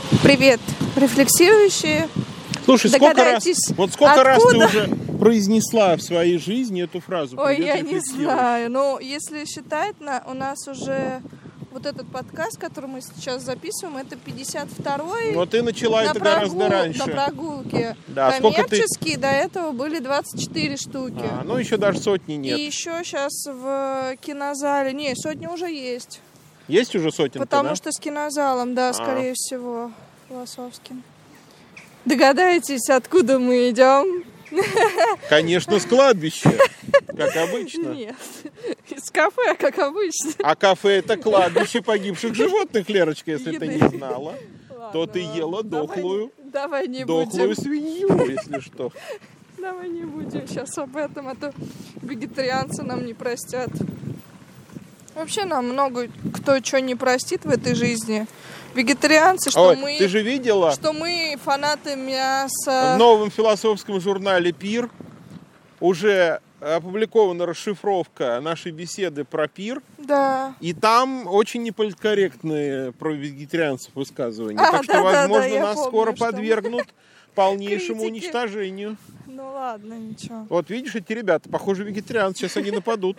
Привет, рефлексирующие. Слушай, сколько раз ты уже произнесла в своей жизни эту фразу? Ой, я не знаю. Но если считать, у нас уже вот этот подкаст, который мы сейчас записываем, это 52-й. Но ты начала это гораздо раньше. На прогулке. Да, коммерческие до этого были 24 штуки. Ну еще даже сотни нет. И еще сейчас в кинозале. Не, сотни уже есть. Есть уже сотен? Потому что с кинозалом, да, скорее всего, философским. Догадаетесь, откуда мы идем? Конечно, с кладбища, как обычно. Нет, из кафе, как обычно. А кафе — это кладбище погибших животных, Лерочка, если ты не знала. Ладно, то ты ела дохлую свинью, если что. Давай не будем сейчас об этом, а то вегетарианцы нам не простят. Вообще нам много кто что не простит в этой жизни. Вегетарианцы, ты же видела, что мы фанаты мяса. В новом философском журнале «Пир» уже опубликована расшифровка нашей беседы про пир. Да. И там очень неполиткорректные про вегетарианцев высказывания. Так что, возможно, нас скоро подвергнут полнейшему уничтожению. Ну ладно, ничего. Вот видишь, эти ребята, похоже, вегетарианцы, сейчас они нападут.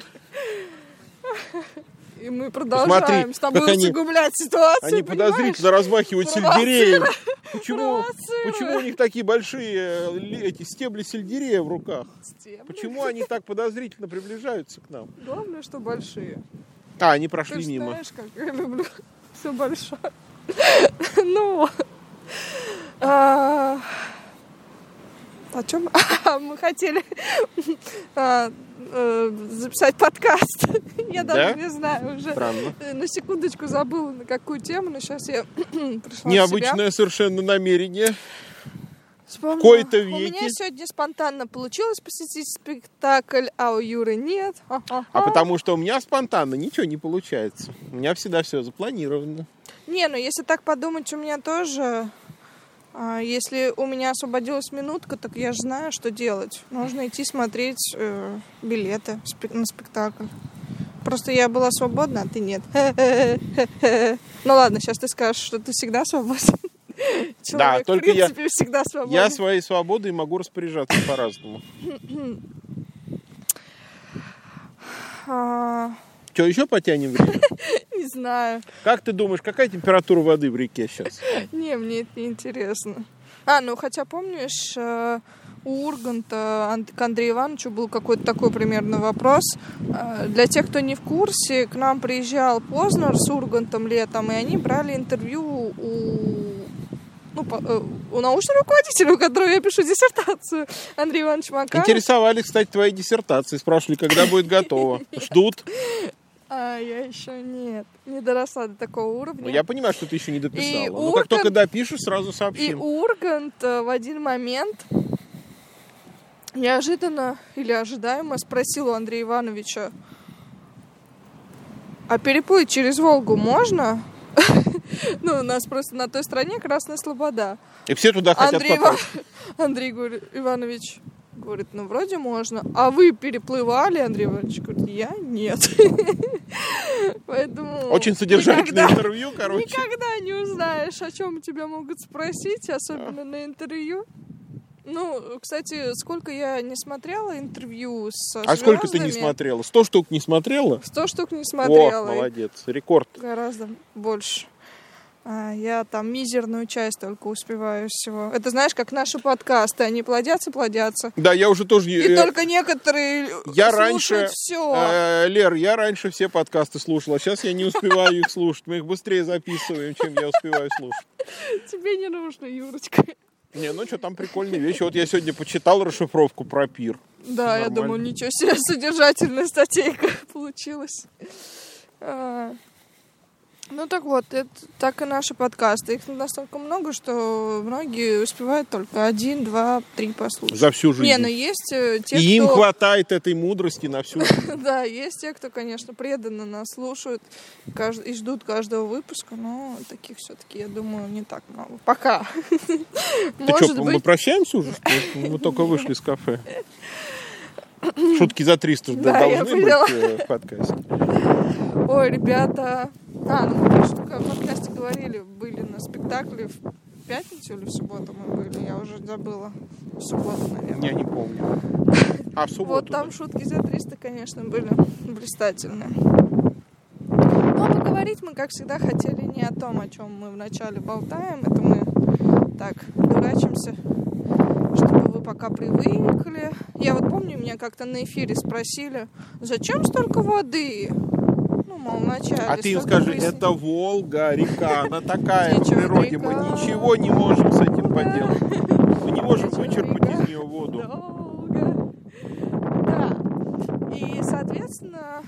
И мы продолжаем с тобой усугублять ситуацию. Они подозрительно размахивают сельдереем. Почему у них такие большие эти стебли сельдерея в руках? Почему они так подозрительно приближаются к нам? Главное, что большие. Они прошли мимо. Знаешь, как я люблю все большое. Ну, о чем мы хотели записать подкаст. Я даже не знаю уже. Странно. На секундочку забыла, на какую тему, но сейчас я пришла необычное в себя. Совершенно намерение. Вспомнила. В кои-то веки. У меня сегодня спонтанно получилось посетить спектакль, а у Юры нет. А потому что у меня спонтанно ничего не получается. У меня всегда все запланировано. Не, ну если так подумать, у меня тоже... Если у меня освободилась минутка, так я же знаю, что делать. Нужно идти смотреть билеты на спектакль. Просто я была свободна, а ты нет. Ну ладно, сейчас ты скажешь, что ты всегда свободен. Да, только в принципе, всегда свободен. Я своей свободой могу распоряжаться по-разному. Что, еще потянем время? Не знаю. Как ты думаешь, какая температура воды в реке сейчас? Не, мне это не интересно. Хотя помнишь, у Урганта к Андрею Ивановичу был какой-то такой примерно вопрос. Для тех, кто не в курсе, к нам приезжал Познер с Ургантом летом, и они брали интервью у научного руководителя, у которого я пишу диссертацию, Андрей Иванович Макаров. Интересовались, кстати, твоей диссертацией. Спрашивали, когда будет готова. Ждут. Я еще не доросла до такого уровня. Я понимаю, что ты еще не дописала. Но как только допишешь, сразу сообщим. И Ургант в один момент неожиданно или ожидаемо спросил у Андрея Ивановича: а переплыть через Волгу можно? У нас просто на той стороне Красная Слобода. И все туда хотят попасть. Андрей Иванович говорит, вроде можно. А вы переплывали? Андрей Иванович говорит, я нет. Поэтому очень содержательное интервью, короче. Никогда не узнаешь, о чем тебя могут спросить, особенно на интервью. Кстати, сколько я не смотрела интервью с звездами. А сколько ты не смотрела? 100 штук не смотрела? 100 штук не смотрела. О, молодец, рекорд. Гораздо больше. Я там мизерную часть только успеваю всего. Это знаешь, как наши подкасты, они плодятся. Да, я уже тоже... И только некоторые слушают все. Лер, я раньше все подкасты слушала, сейчас я не успеваю их слушать. Мы их быстрее записываем, чем я успеваю слушать. Тебе не нужно, Юрочка. Что там прикольные вещи. Вот я сегодня почитал расшифровку про пир. Да, я думаю, ничего себе, содержательная статейка получилась. Так вот, это так и наши подкасты. Их настолько много, что многие успевают только 1, 2, 3 послушать. За всю жизнь. Есть те, кто... И им хватает этой мудрости на всю жизнь. Да, есть те, кто, конечно, преданно нас слушают и ждут каждого выпуска, но таких все-таки, я думаю, не так много. Пока. Ты что, мы прощаемся уже? Мы только вышли из кафе. Шутки за 300 должны быть в подкасте. Ой, ребята... мы в подкасте говорим говорили, были на спектакле в пятницу или в субботу мы были, я уже забыла. В субботу, наверное. Я не помню. А в субботу? Вот там шутки за 300, конечно, были блистательные. Но поговорить мы, как всегда, хотели не о том, о чем мы вначале болтаем. Это мы так дурачимся, чтобы вы пока привыкли. Я вот помню, меня как-то на эфире спросили, зачем столько воды? Ну, мол, вначале. А ты им скажи, это Волга, река, она такая в природе, мы река. ничего не можем с этим поделать. Мы не можем вычерпать из нее воду. Долго. Да. И, соответственно,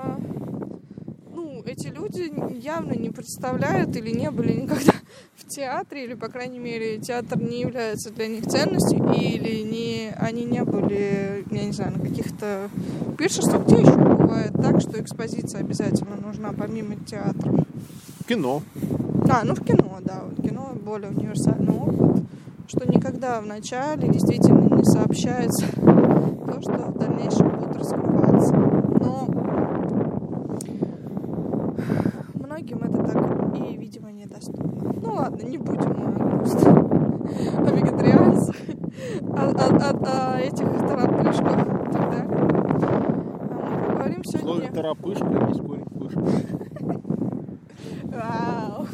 ну, эти люди явно не представляют или не были никогда в театре, или, по крайней мере, театр не является для них ценностью, или они не были, я не знаю, на каких-то пиршествах, где еще бывает так, что экспозиция обязательно нужна, помимо театра. Кино. Ну в кино, да, вот кино более универсальный опыт, что никогда в начале действительно не сообщается то, что в дальнейшем будет раскрываться. Но многим это так и, видимо, недоступно. Ну ладно, не будем о вегетарианцах, о этих торопышках и так далее. Мы поговорим сегодня... Слово торопышка, не спорим, пышка. Вау.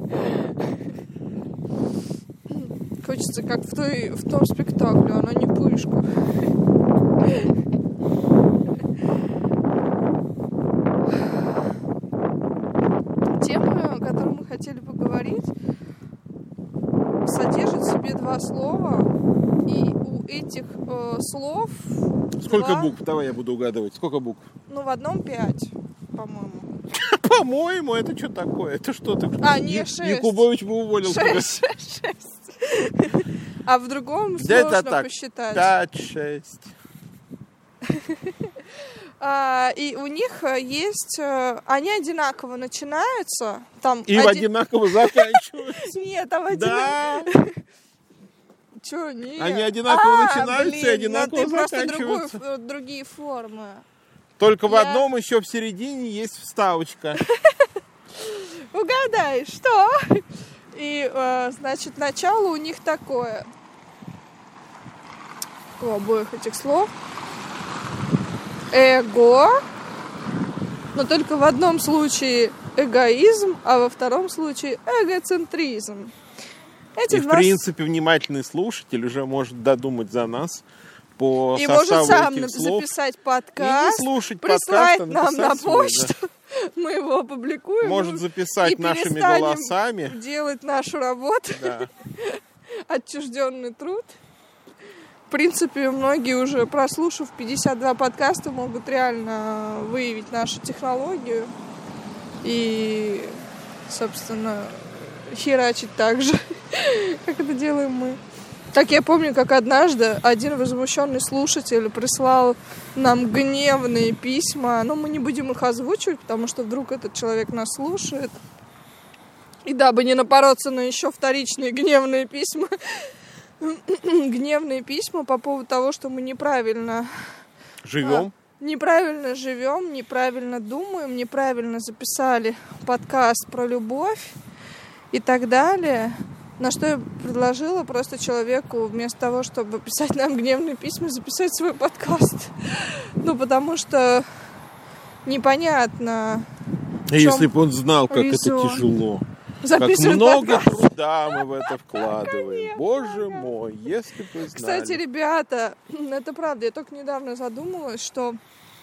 Хочется, как в том спектакле, она не пышка. Тема, о которой мы хотели поговорить, содержит в себе 2 слова, и у этих слов... Сколько букв? Давай я буду угадывать. Сколько букв? Ну, в одном 5, по-моему. По-моему, это что такое? Это что так? Не 6. Якубович бы уволил тебя. 6. А в другом сложно посчитать. 5-6. И у них есть... Они одинаково начинаются. Там И одинаково заканчиваются. Нет, там Да. Чё, нет? Они одинаково начинаются и одинаково ты заканчиваются. Просто другие формы. Только в одном еще в середине есть вставочка. Угадай, что? И, значит, начало у них такое. У обоих этих слов. Эго. Но только в одном случае эгоизм, а во втором случае эгоцентризм. И, в принципе, внимательный слушатель уже может додумать за нас по и составу может сам этих слов. записать подкаст, и слушать прислать подкаст, нам на свой, почту. Да. Мы его опубликуем. Может записать и нашими голосами. Делать нашу работу. Да. Отчужденный труд. В принципе, многие уже, прослушав 52 подкаста, могут реально выявить нашу технологию. И, собственно, херачить так же, как это делаем мы. Так я помню, как однажды один возмущенный слушатель прислал нам гневные письма. Но мы не будем их озвучивать, потому что вдруг этот человек нас слушает. И дабы не напороться на еще вторичные гневные письма. Гневные письма по поводу того, что мы неправильно живем. Неправильно живем, неправильно думаем, неправильно записали подкаст про любовь и так далее. На что я предложила просто человеку вместо того, чтобы писать нам гневные письма, записать свой подкаст. Ну, потому что непонятно. Если бы он знал, как это тяжело. Как много труда мы в это вкладываем. Конечно, Боже мой, если бы знали. Кстати, ребята, это правда, я только недавно задумалась, что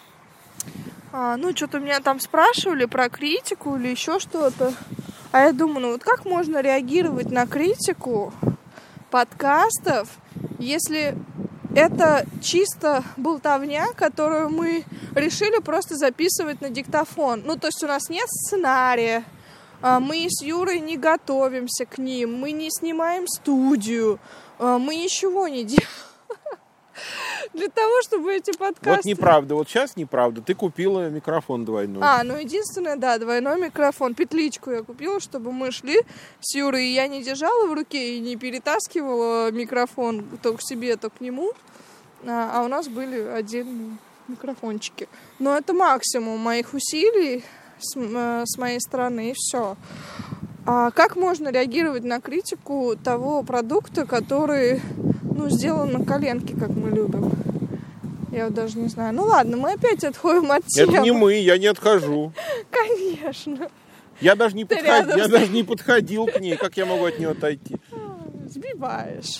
что-то меня там спрашивали про критику или еще что-то. А я думаю, вот как можно реагировать на критику подкастов, если это чисто болтовня, которую мы решили просто записывать на диктофон. Ну, то есть у нас нет сценария, мы с Юрой не готовимся к ним, мы не снимаем студию, мы ничего не делаем. Для того, чтобы эти подкасты... Вот неправда, вот сейчас неправда. Ты купила микрофон двойной. Единственное, да, двойной микрофон. Петличку я купила, чтобы мы шли с Юрой, и я не держала в руке и не перетаскивала микрофон то к себе, то к нему. А у нас были отдельные микрофончики. Но это максимум моих усилий с моей стороны, и все. как можно реагировать на критику того продукта, который, сделан на коленке, как мы любим? Я вот даже не знаю. Ну ладно, мы опять отходим от темы. Это не мы, я не отхожу. Конечно. Я даже не подходил к ней. Как я могу от нее отойти? Сбиваешь.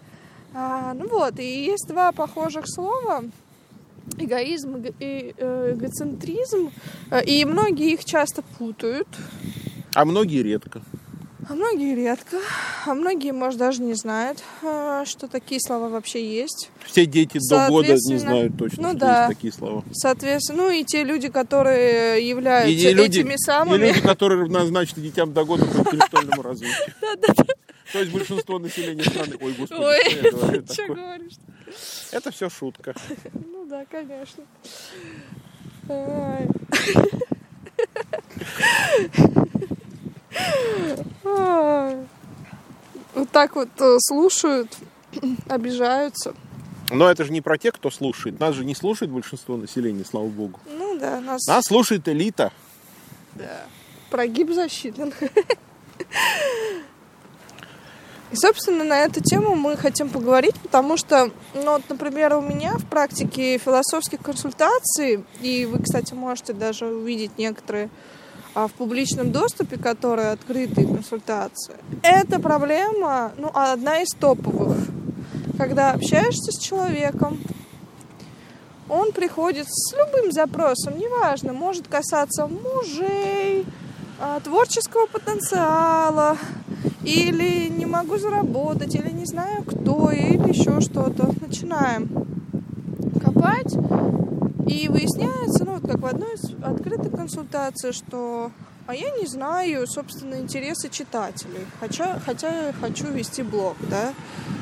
И есть два похожих слова. Эгоизм и эгоцентризм. И многие их часто путают. А многие редко. А многие, может, даже не знают, что такие слова вообще есть. Все дети до года не знают точно, что есть такие слова. Соответственно, и те люди, которые являются этими самыми... И люди, которые равнозначны детям до года по интеллектуальному развитию. То есть большинство населения страны... Ой, господи, что я говорю такое? Что говоришь? Это все шутка. Ну да, конечно. Вот так вот слушают, обижаются. Но это же не про тех, кто слушает. Нас же не слушает большинство населения, слава богу. Ну да, нас слушает элита. Да. Прогиб засчитан. И, собственно, на эту тему мы хотим поговорить, потому что, например, у меня в практике философских консультаций, и вы, кстати, можете даже увидеть некоторые в публичном доступе, которые открытые консультации, эта проблема, одна из топовых. Когда общаешься с человеком, он приходит с любым запросом, неважно, может касаться мужей, творческого потенциала, или не могу заработать, или не знаю кто, или еще что-то. Начинаем копать, и выясняется, как в одной из открытых консультаций, что я не знаю, собственно, интересы читателей, хотя я хочу вести блог, да.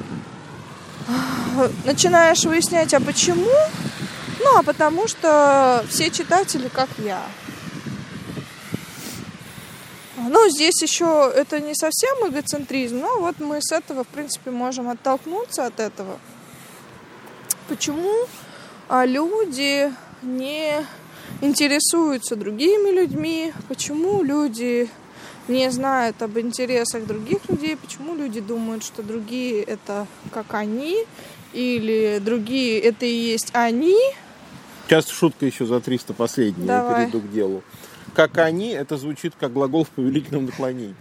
Начинаешь выяснять, а почему? Потому что все читатели, как я. Здесь еще это не совсем эгоцентризм, но вот мы с этого, в принципе, можем оттолкнуться от этого. Почему люди не интересуются другими людьми? Почему люди не знают об интересах других людей? Почему люди думают, что другие это как они? Или другие это и есть они? Сейчас шутка еще за 300 последняя. Давай. Я перейду к делу. Как они, это звучит как глагол в повелительном наклонении.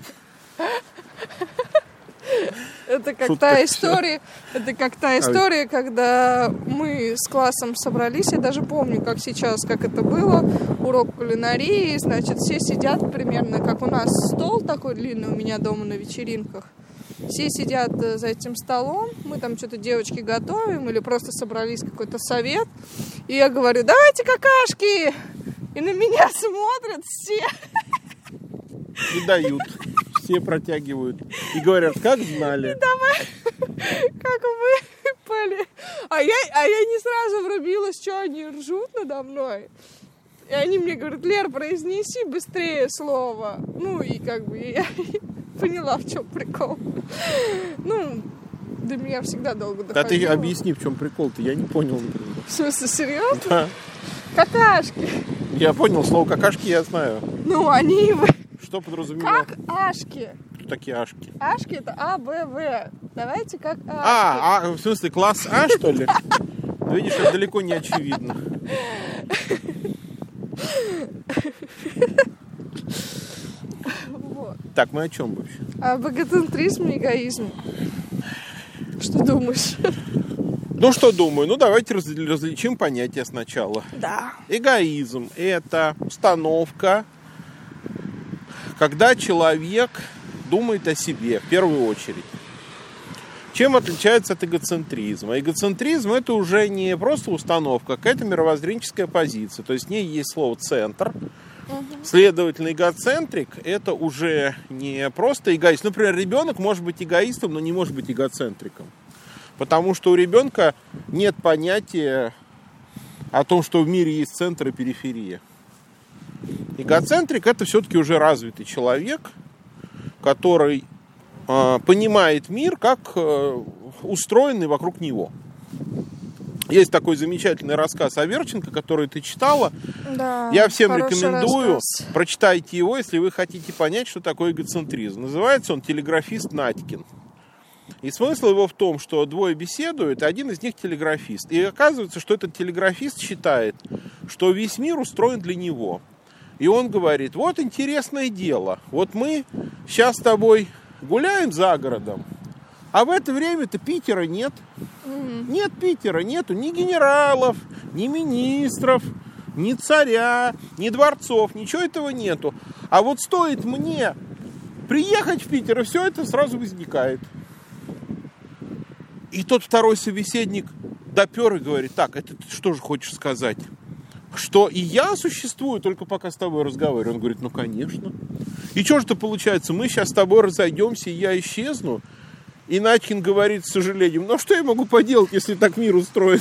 Это как та история, когда мы с классом собрались. Я даже помню, как сейчас, как это было. Урок кулинарии. Значит, все сидят примерно, как у нас стол такой длинный у меня дома на вечеринках. Все сидят за этим столом. Мы там что-то девочки готовим или просто собрались какой-то совет. И я говорю, давайте какашки! И на меня смотрят все. И дают. Все протягивают. И говорят, как знали. Давай, как выпали. А я не сразу врубилась, что они ржут надо мной. И они мне говорят, Лер, произнеси быстрее слово. И я поняла, в чем прикол. До меня всегда долго доходило. А ты объясни, в чем прикол-то, я не понял, например. В смысле, серьезно? Да. Какашки. Я понял, слово какашки я знаю. Они... Что подразумевает? Какашки. Кто такие ашки? Ашки это А, Б, В. Давайте как ашки. В смысле класс А, что ли? Видишь, это далеко не очевидно. Вот. Так, мы о чем вообще? Об эгоцентризме и эгоизме. Что думаешь? Что думаю? Давайте различим понятия сначала. Да. Эгоизм – это установка, когда человек думает о себе в первую очередь. Чем отличается от эгоцентризма? Эгоцентризм – это уже не просто установка, а какая-то мировоззренческая позиция. То есть в ней есть слово «центр». Следовательно, эгоцентрик – это уже не просто эгоист. Например, ребенок может быть эгоистом, но не может быть эгоцентриком. Потому что у ребенка нет понятия о том, что в мире есть центр и периферия. Эгоцентрик – это все-таки уже развитый человек, который понимает мир как устроенный вокруг него. Есть такой замечательный рассказ Аверченко, который ты читала. Да, Я всем хороший рекомендую, рассказ. прочитайте его, если вы хотите понять, что такое эгоцентризм. Называется он «Телеграфист Надькин». И смысл его в том, что двое беседуют, и один из них телеграфист. И оказывается, что этот телеграфист считает, что весь мир устроен для него. И он говорит, вот интересное дело, вот мы сейчас с тобой гуляем за городом, а в это время-то Питера нет. Нет Питера, нету ни генералов, ни министров, ни царя, ни дворцов, ничего этого нету. А вот стоит мне приехать в Питер, и все это сразу возникает. И тот второй собеседник допер и говорит, так, это ты что же хочешь сказать? Что и я существую, только пока с тобой разговариваю. Он говорит, ну конечно. И что же это получается, мы сейчас с тобой разойдемся, и я исчезну? И Надькин говорит с сожалением, ну что я могу поделать, если так мир устроен?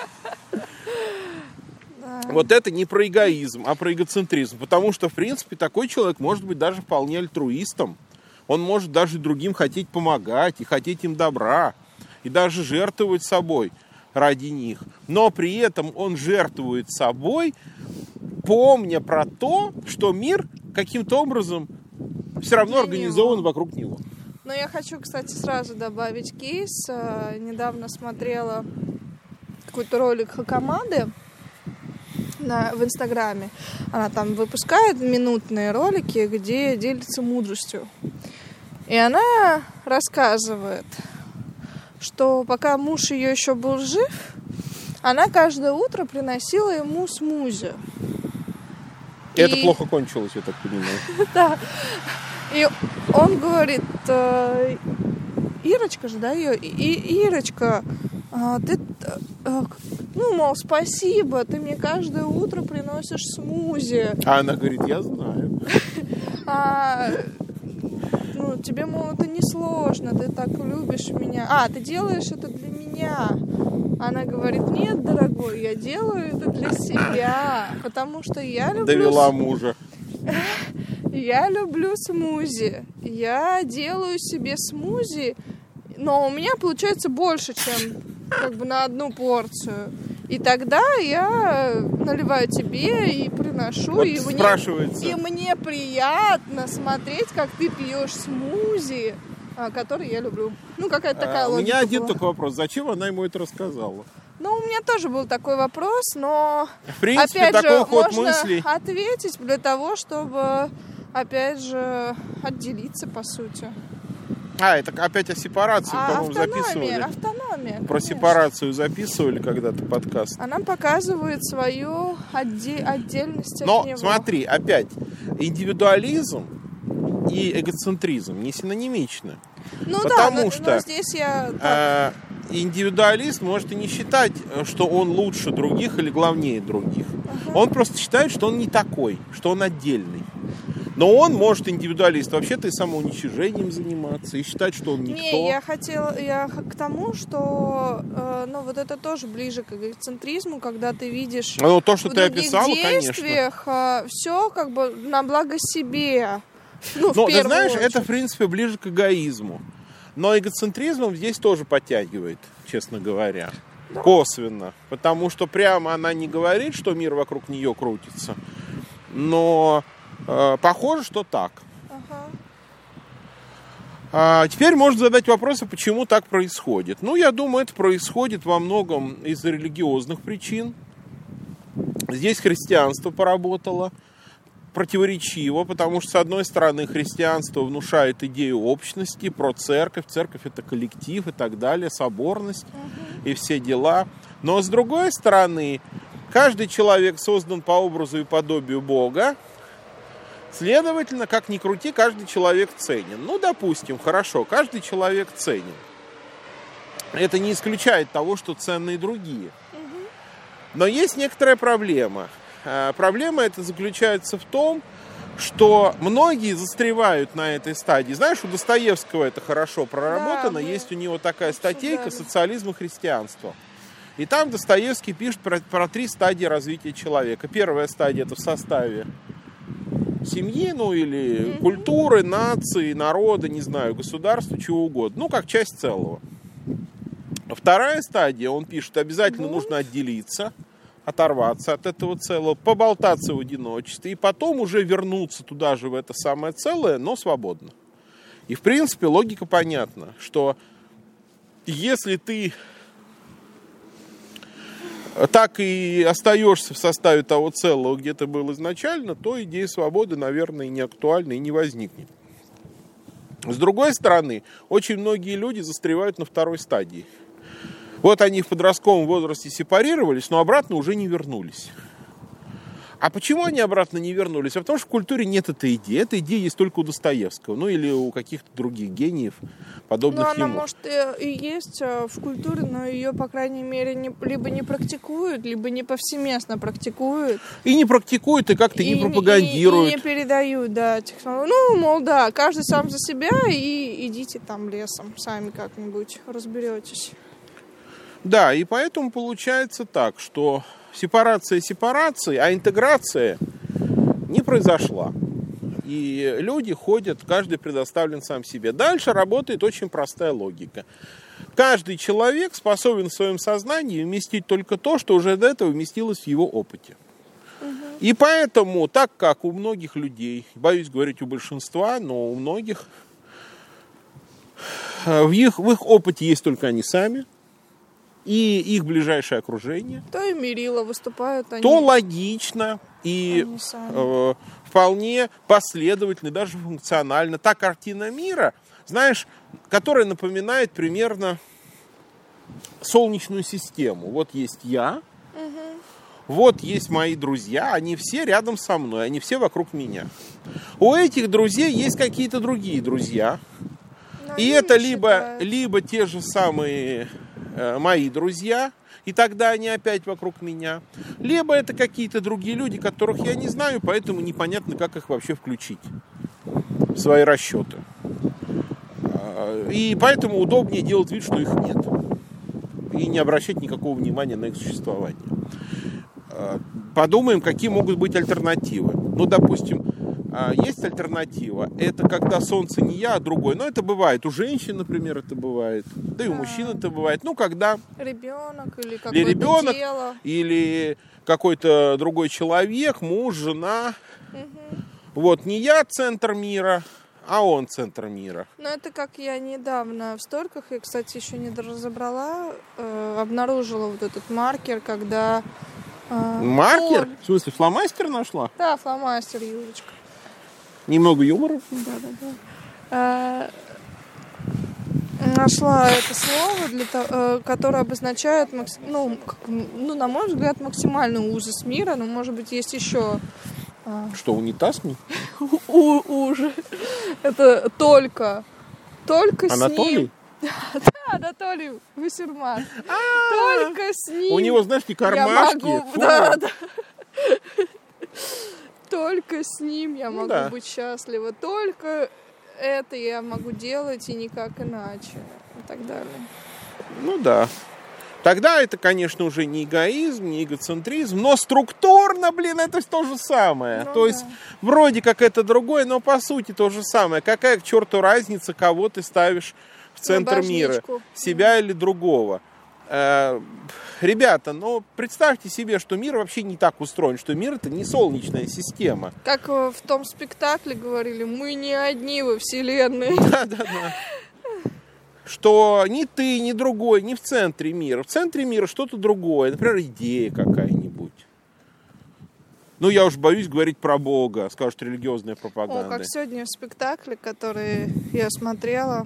Вот это не про эгоизм, а про эгоцентризм. Потому что, в принципе, такой человек может быть даже вполне альтруистом. Он может даже другим хотеть помогать и хотеть им добра. И даже жертвовать собой ради них. Но при этом он жертвует собой, помня про то, что мир каким-то образом все равно организован вокруг него. Но я хочу, кстати, сразу добавить кейс. Недавно смотрела какой-то ролик Хакамады в Инстаграме. Она там выпускает минутные ролики, где делится мудростью. И она рассказывает, что пока муж ее еще был жив, она каждое утро приносила ему смузи. И это плохо кончилось, я так понимаю. Да. И он говорит, Ирочка же, да, ее? Ирочка, ты, ну, мол, спасибо, ты мне каждое утро приносишь смузи. А она говорит, я знаю. Ну, тебе, мол, это несложно, ты так любишь меня. Ты делаешь это для меня. Она говорит, нет, дорогой, я делаю это для себя, потому что я люблю... Довела мужа. Я люблю смузи. Я делаю себе смузи, но у меня получается больше, чем как бы на одну порцию. И тогда я наливаю тебе и приношу. Вот и мне приятно смотреть, как ты пьешь смузи, который я люблю. Ну, какая-то такая логика. У меня один была. только вопрос. Зачем она ему это рассказала? Ну, у меня тоже был такой вопрос, но... В принципе, опять такой же, ход можно мыслей. ответить для того, чтобы, опять же, отделиться, по сути. Это опять о сепарации, по-моему, записывали. Автономия, Про конечно. сепарацию записывали когда-то подкаст. Она показывает свою отдельность от Но него. смотри, опять, индивидуализм и эгоцентризм не синонимичны. Ну потому да, что но здесь я... индивидуалист может и не считать, что он лучше других или главнее других. Он просто считает, что он не такой, что он отдельный. Но он может, индивидуалист, вообще-то и самоуничижением заниматься, и считать, что он никто. Не, я к тому, что вот это тоже ближе к эгоцентризму, когда ты видишь то, что в ты других описала, действиях все как бы на благо себе. Но ты знаешь, это, в принципе, ближе к эгоизму. Но эгоцентризмом здесь тоже подтягивает, честно говоря. Да. Косвенно. Потому что прямо она не говорит, что мир вокруг нее крутится. Но похоже, что так. Теперь можно задать вопрос, почему так происходит. Я думаю, это происходит во многом из-за религиозных причин. Здесь христианство поработало противоречиво, потому что, с одной стороны, христианство внушает идею общности, про церковь. Церковь — это коллектив и так далее, соборность и все дела. Но, с другой стороны, каждый человек создан по образу и подобию Бога. Следовательно, как ни крути, каждый человек ценен. Допустим, хорошо, каждый человек ценен. Это не исключает того, что ценны и другие. Но есть некоторая проблема. Проблема эта заключается в том, что многие застревают на этой стадии. Знаешь, у Достоевского это хорошо проработано. Есть у него такая статейка «Социализм и христианство». И там Достоевский пишет про 3 стадии развития человека. Первая стадия — это в составе семьи, или культуры, нации, народа, не знаю, государства, чего угодно. Как часть целого. Вторая стадия, он пишет, обязательно нужно отделиться, оторваться от этого целого, поболтаться в одиночестве и потом уже вернуться туда же, в это самое целое, но свободно. И, в принципе, логика понятна, что если ты так и остаешься в составе того целого, где ты был изначально, то идея свободы, наверное, не актуальна и не возникнет. С другой стороны, очень многие люди застревают на второй стадии. Вот они в подростковом возрасте сепарировались, но обратно уже не вернулись. А почему они обратно не вернулись? А потому что в культуре нет этой идеи. Эта идея есть только у Достоевского, ну или у каких-то других гениев, подобных ему. Она, может, и есть в культуре, но ее, по крайней мере, либо не практикуют, либо не повсеместно практикуют. И не практикуют, и как-то не пропагандируют. И не передают, да, технологии. Ну, мол, да, каждый сам за себя, и идите там лесом, сами как-нибудь разберетесь. Да, и поэтому получается так, что сепарация сепарации, а интеграция не произошла. И люди ходят, каждый предоставлен сам себе. Дальше работает очень простая логика. Каждый человек способен в своем сознании вместить только то, что уже до этого вместилось в его опыте. И поэтому, так как у многих людей, боюсь говорить у большинства, но у многих, в их опыте есть только они сами, и их ближайшее окружение, то и мерило выступают они. То логично и вполне последовательно, даже функционально. Та картина мира, знаешь, которая напоминает примерно Солнечную систему. Вот есть я, вот есть мои друзья, они все рядом со мной, они все вокруг меня. У этих друзей есть какие-то другие друзья. И это либо те же самые мои друзья, и тогда они опять вокруг меня. Либо это какие-то другие люди, которых я не знаю, поэтому непонятно, как их вообще включить в свои расчеты. И поэтому удобнее делать вид, что их нет. И не обращать никакого внимания на их существование. Подумаем, какие могут быть альтернативы. Ну, допустим, есть альтернатива. Это когда солнце не я, а другой. Но это бывает. У женщин, например, это бывает. Да и у мужчин это бывает. Ну, когда ребенок или какое-то дело. Или какой-то другой человек, муж, жена. Вот не я центр мира, а он центр мира. Ну, это как я недавно в сторках, я, кстати, еще не разобрала, обнаружила вот этот маркер, когда... Маркер? В смысле, фломастер нашла? Да, фломастер, Юлечка. Немного юмора? Да. Нашла это слово, которое обозначает, на мой взгляд, максимальный ужас мира, но, может быть, есть еще... Что, унитаз мне? Ужас. Это только Анатолий? с ним. Да, Анатолий Вассерман. Только с ним. У него, знаешь, не кармашки. Да. Только с ним я могу быть счастлива. Только это я могу делать и никак иначе. И так далее. Ну да. Тогда это, конечно, уже не эгоизм, не эгоцентризм, но структурно, это то же самое. То есть, вроде как это другое, но по сути то же самое. Какая к черту разница, кого ты ставишь в центр мира? Себя или другого? Ребята, представьте себе, что мир вообще не так устроен, что мир это не солнечная система. Как в том спектакле говорили, мы не одни во вселенной. Да. Что ни ты, ни другой не в центре мира. В центре мира что-то другое. Например, идея какая-нибудь. Я уж боюсь говорить про Бога. Скажут, религиозная пропаганда. Как сегодня в спектакле, который я смотрела.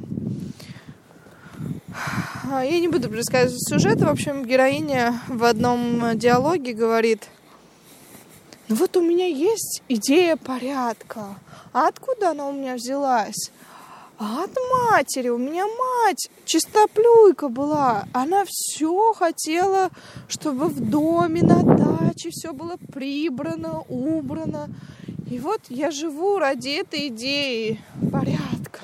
Я не буду пересказывать сюжет. В общем, героиня в одном диалоге говорит: вот у меня есть идея порядка. А откуда она у меня взялась? А от матери. У меня мать чистоплюйка была. Она все хотела, чтобы в доме, на даче все было прибрано, убрано. И вот я живу ради этой идеи порядка.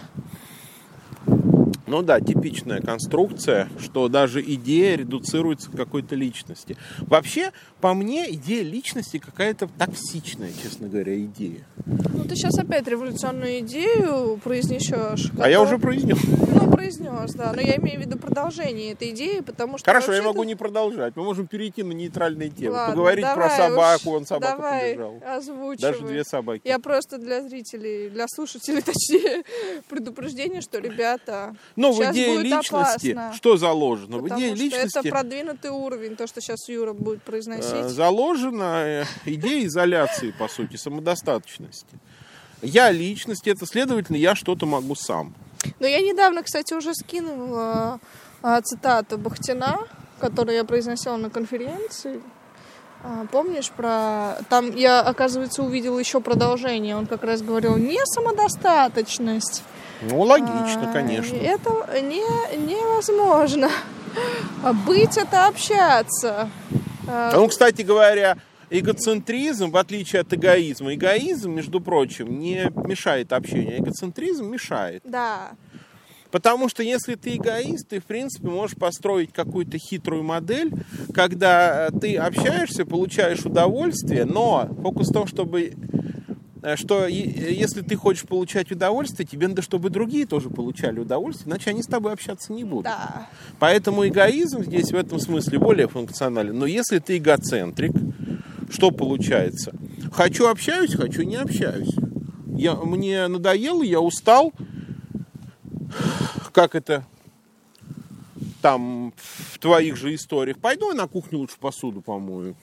Типичная конструкция, что даже идея редуцируется к какой-то личности. Вообще, по мне, идея личности какая-то токсичная, честно говоря, идея. Ты сейчас опять революционную идею произнесешь. А я уже произнес. произнес, да. Но я имею в виду продолжение этой идеи, потому что... Хорошо, я могу не продолжать. Мы можем перейти на нейтральные темы. Ладно, поговорить про собаку, он собаку давай побежал. Озвучивай. Даже 2 собаки. Я просто для зрителей, для слушателей, точнее, предупреждение, что, ребята, но в сейчас идее будет личности, опасно, что заложено? В потому идее что личности это продвинутый уровень, то, что сейчас Юра будет произносить. заложена идея изоляции, по сути, самодостаточности. Я личность, это, следовательно, я что-то могу сам. Но я недавно, кстати, уже скинула цитату Бахтина, которую я произносила на конференции. Помнишь про... Там я, оказывается, увидела еще продолжение. Он как раз говорил не самодостаточность. Ну, логично, конечно. Это невозможно. Быть — это общаться. Ну, кстати говоря, эгоцентризм, в отличие от эгоизма, эгоизм, между прочим, не мешает общению, а эгоцентризм мешает. Да. Потому что если ты эгоист, ты, в принципе, можешь построить какую-то хитрую модель, когда ты общаешься, получаешь удовольствие, но фокус в том, что если ты хочешь получать удовольствие, тебе надо, чтобы другие тоже получали удовольствие, иначе они с тобой общаться не будут. Да. Поэтому эгоизм здесь в этом смысле более функционален. Но если ты эгоцентрик, что получается? Хочу общаюсь, хочу не общаюсь. Мне надоело, я устал. Как это там в твоих же историях? Пойду я на кухню лучше посуду помою.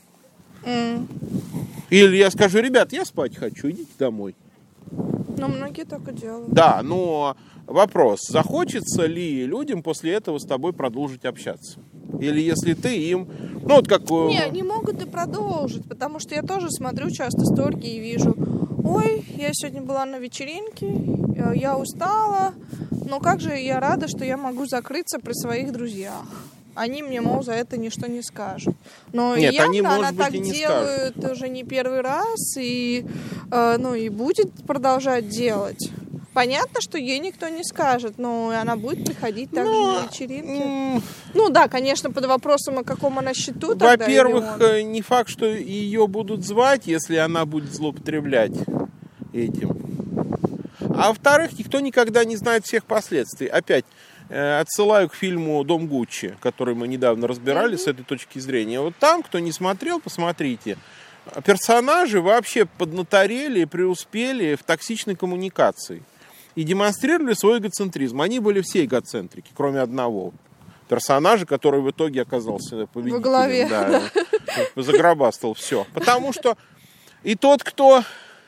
Или я скажу: ребят, я спать хочу, идите домой. Но многие так и делают. Да, но вопрос, захочется ли людям после этого с тобой продолжить общаться? Или если ты им... Ну, вот как... Не могут и продолжить, потому что я тоже смотрю часто сторики и вижу: ой, я сегодня была на вечеринке, я устала, но как же я рада, что я могу закрыться при своих друзьях. Они мне, мол, за это ничто не скажут. Но нет, явно они, может она быть, так и не делает скажут. уже не первый раз, и будет продолжать делать. Понятно, что ей никто не скажет, но она будет приходить также на вечеринки. Ну да, конечно, под вопросом, о каком она счету тогда. Во-первых, не факт, что ее будут звать, если она будет злоупотреблять этим. А во-вторых, никто никогда не знает всех последствий. Опять отсылаю к фильму «Дом Гуччи», который мы недавно разбирали с этой точки зрения. Вот там, кто не смотрел, посмотрите. Персонажи вообще поднаторели и преуспели в токсичной коммуникации. И демонстрировали свой эгоцентризм. Они были все эгоцентрики, кроме одного персонажа, который в итоге оказался победителем. Во главе. Да, загробастал все. Потому что и тот, кто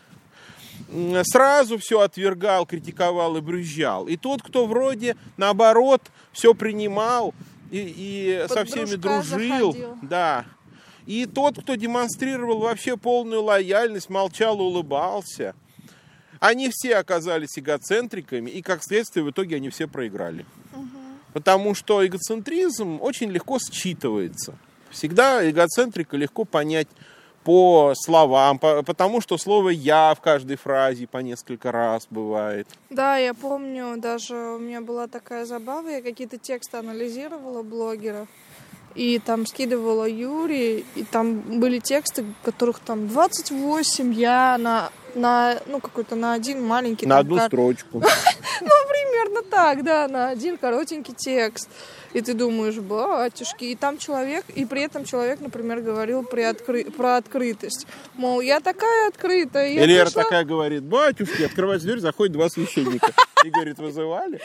сразу все отвергал, критиковал и брюзжал, и тот, кто вроде наоборот все принимал и со всеми дружил, да, и тот, кто демонстрировал вообще полную лояльность, молчал, улыбался, они все оказались эгоцентриками, и как следствие в итоге они все проиграли. Потому что эгоцентризм очень легко считывается. Всегда эгоцентрика легко понять по словам, потому что слово «я» в каждой фразе по несколько раз бывает. Да, я помню, даже у меня была такая забава, я какие-то тексты анализировала блогеров, и там скидывала Юре, и там были тексты, которых там 28 «я» какой-то на один маленький... На одну строчку. Ну, примерно так, да, на один коротенький текст. И ты думаешь: батюшки, и там человек, и при этом человек, например, говорил про открытость. Мол, я такая открытая. И Лера такая говорит: батюшки, открывать дверь, заходит 2 священника. И говорит: вызывали?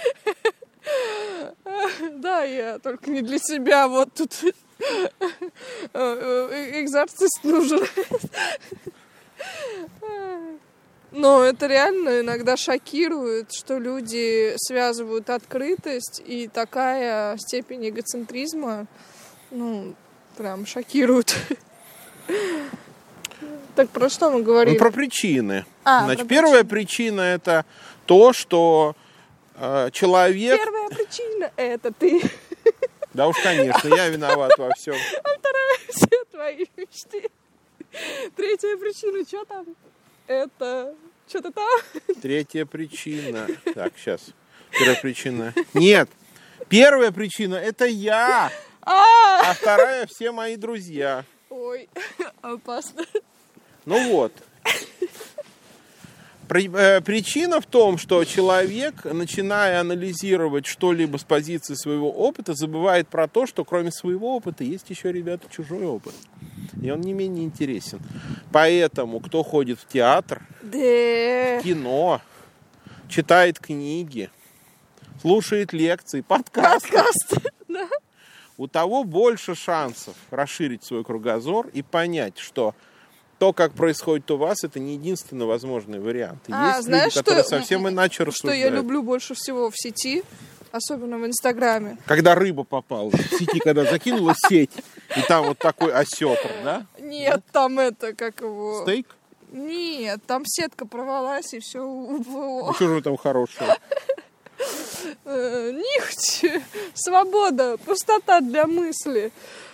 Да, я только не для себя, вот тут экзорцист нужен. Но это реально иногда шокирует, что люди связывают открытость и такая степень эгоцентризма, прям шокирует. Так про что мы говорили? Про причины. Значит, первая причина — это то, что человек... Первая причина — это ты. Да уж, конечно, я виноват во всем. А вторая — все твои мечты. Третья причина, что там? Это... Что-то там? Третья причина. Так, сейчас. Первая причина. Нет. Первая причина — это я. А вторая — все мои друзья. Ой, опасно. Ну вот. Причина в том, что человек, начиная анализировать что-либо с позиции своего опыта, забывает про то, что кроме своего опыта есть еще, ребята, чужой опыт. И он не менее интересен. Поэтому, кто ходит в театр, в кино, читает книги, слушает лекции, подкасты, да. у того больше шансов расширить свой кругозор и понять, что то, как происходит у вас, это не единственный возможный вариант. Есть знаешь, люди, которые совсем иначе рассуждают. Что я люблю больше всего в сети, особенно в Инстаграме. Когда рыба попала в сети, когда закинула сеть, и там вот такой осетр, да? Нет, там это, как его... Стейк? Нет, там сетка порвалась, и все уплыло. Что же там хорошего? Нихть, свобода, пустота для мысли.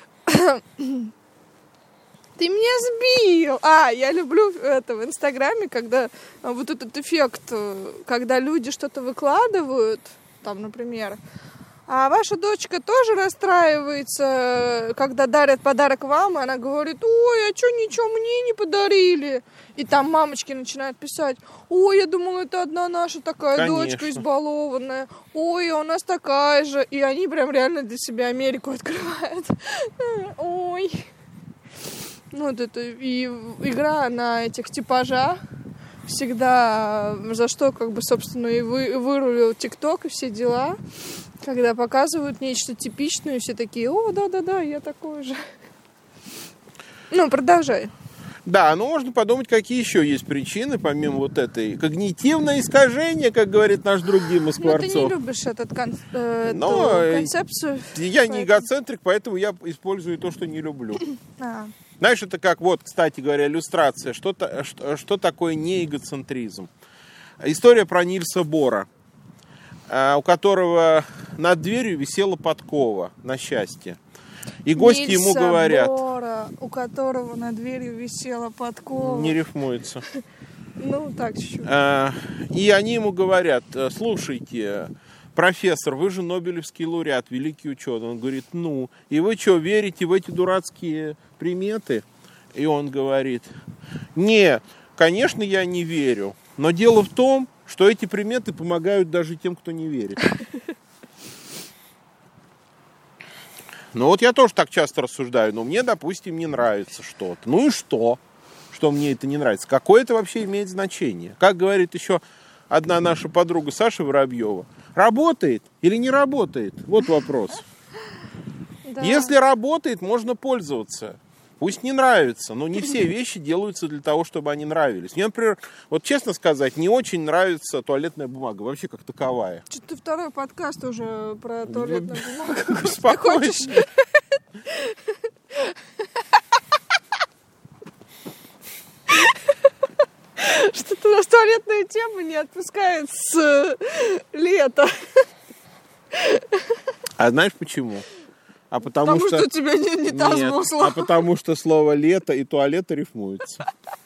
Ты меня сбил! Я люблю это в Инстаграме, когда вот этот эффект, когда люди что-то выкладывают, там, например, а ваша дочка тоже расстраивается, когда дарят подарок вам, и она говорит: ой, а что, ничего мне не подарили? И там мамочки начинают писать: ой, я думала, это одна наша такая Конечно. дочка избалованная, ой, а у нас такая же. И они прям реально для себя Америку открывают. Ой. Ну, вот это и игра на этих типажах всегда, за что, как бы, собственно, и вырулил ТикТок и все дела, когда показывают нечто типичное, и все такие: о, да-да-да, я такой же. Ну, продолжай. Да, но можно подумать, какие еще есть причины, помимо вот этой. Когнитивное искажение, как говорит наш друг Дима Скворцов. Ну, ты не любишь эту концепцию. Я не эгоцентрик, поэтому я использую то, что не люблю. А. Знаешь, это как, вот, кстати говоря, иллюстрация. Что такое неэгоцентризм? История про Нильса Бора, у которого над дверью висела подкова на счастье. И гости Нильса ему говорят... Бора, у которого над дверью висела подкова. Не рифмуется. Ну, так чуть-чуть. И они ему говорят: слушайте, профессор, вы же Нобелевский лауреат, великий ученый. Он говорит: ну, и вы что, верите в эти дурацкие приметы? И он говорит: не, конечно, я не верю, но дело в том, что эти приметы помогают даже тем, кто не верит. Ну вот я тоже так часто рассуждаю, но мне, допустим, не нравится что-то. Ну и что? Что мне это не нравится? Какое это вообще имеет значение? Как говорит еще одна наша подруга Саша Воробьева: работает или не работает? Вот вопрос. Да. Если работает, можно пользоваться. Пусть не нравится, но не все вещи делаются для того, чтобы они нравились. Мне, например, вот честно сказать, не очень нравится туалетная бумага, вообще как таковая. Что-то второй подкаст уже про туалетную бумагу. Успокойся. Что-то у нас туалетная тема не отпускает с лета. А знаешь почему? Потому что у тебя не унитаз Нет, мусла. а потому что слово «лето» и «туалет» рифмуются.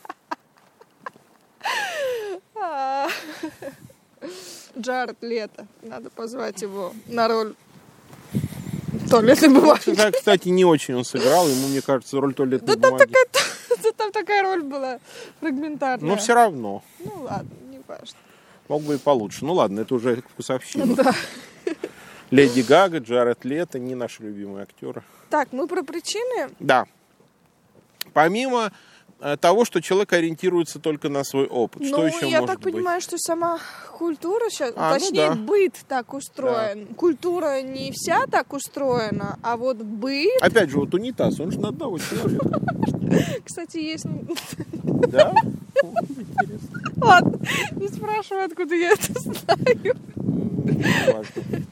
Джаред Лето. Надо позвать его на роль туалетной бумаги. Кстати, не очень он сыграл. Ему, мне кажется, роль туалетной Да бумаги. там такая роль была фрагментарная. Но все равно. Ну ладно, не важно. Мог бы и получше. Ну ладно, это уже вкусовщина. Да. Леди Гага, Джаред Лето, не наши любимые актеры. Так, мы про причины. Да. Помимо того, что человек ориентируется только на свой опыт. Что еще я может так быть? понимаю, что сама культура сейчас, Ну точнее, да. быт так устроен. Да. Культура не вся так устроена, а вот быт... Опять же, вот унитаз, он же на одного человека. Кстати, есть... Да? Интересно. Ладно, не спрашивай, откуда я это знаю. Важно.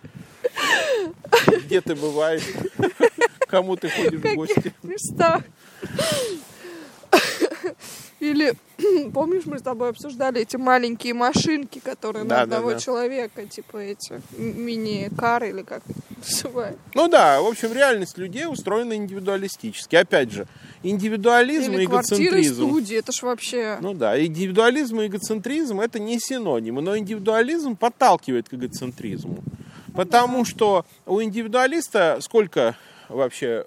Где ты бываешь? Кому ты ходишь в гости? В каких местах? Или, помнишь, мы с тобой обсуждали эти маленькие машинки, которые на одного человека, типа эти мини-кары, или как их называют? Ну да, в общем, реальность людей устроена индивидуалистически. Опять же, индивидуализм и эгоцентризм. Квартиры, студии, это ж вообще... Ну да, индивидуализм и эгоцентризм — это не синонимы, но индивидуализм подталкивает к эгоцентризму. Потому что у индивидуалиста сколько вообще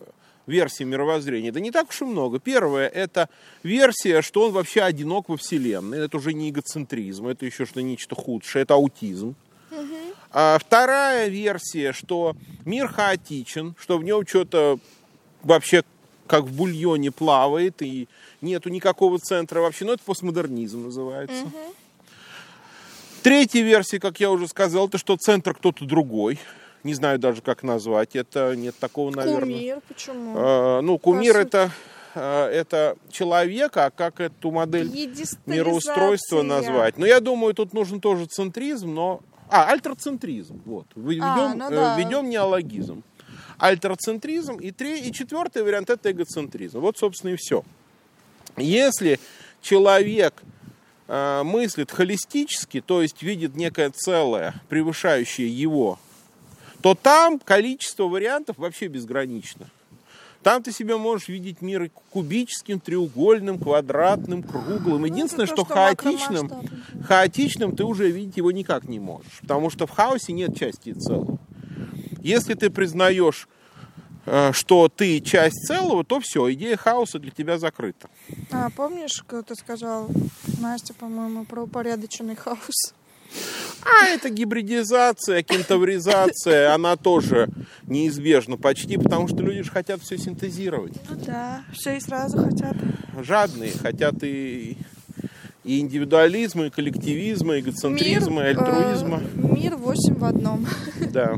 версий мировоззрения, да не так уж и много. Первая – это версия, что он вообще одинок во Вселенной. Это уже не эгоцентризм, это еще нечто худшее, это аутизм. А вторая версия, что мир хаотичен, что в нем что-то вообще как в бульоне плавает, и нету никакого центра вообще. Ну, это постмодернизм называется. Третья версия, как я уже сказал, это что центр кто-то другой. Не знаю даже, как назвать. Это нет такого, наверное. Кумир, почему? Кумир это человек, а как эту модель мироустройства назвать? Но я думаю, тут нужен тоже центризм, но... альтерцентризм. Вот. Введем неологизм. Альтерцентризм. И четвертый вариант – это эгоцентризм. Вот, собственно, и все. Если человек мыслит холистически, то есть видит некое целое, превышающее его, то там количество вариантов вообще безгранично. Там ты себе можешь видеть мир кубическим, треугольным, квадратным, круглым. Единственное, что хаотичным ты уже видеть его никак не можешь. Потому что в хаосе нет части и целого. Если ты признаешь, что ты часть целого, то все, идея хаоса для тебя закрыта. Помнишь, как ты сказал, Настя, по-моему, про упорядоченный хаос? Это гибридизация, кентавризация, она тоже неизбежна почти, потому что люди же хотят все синтезировать. Ну да, все и сразу хотят. Жадные, хотят и индивидуализма, и коллективизма, и эгоцентризма, и альтруизма. Мир 8 в одном. Да.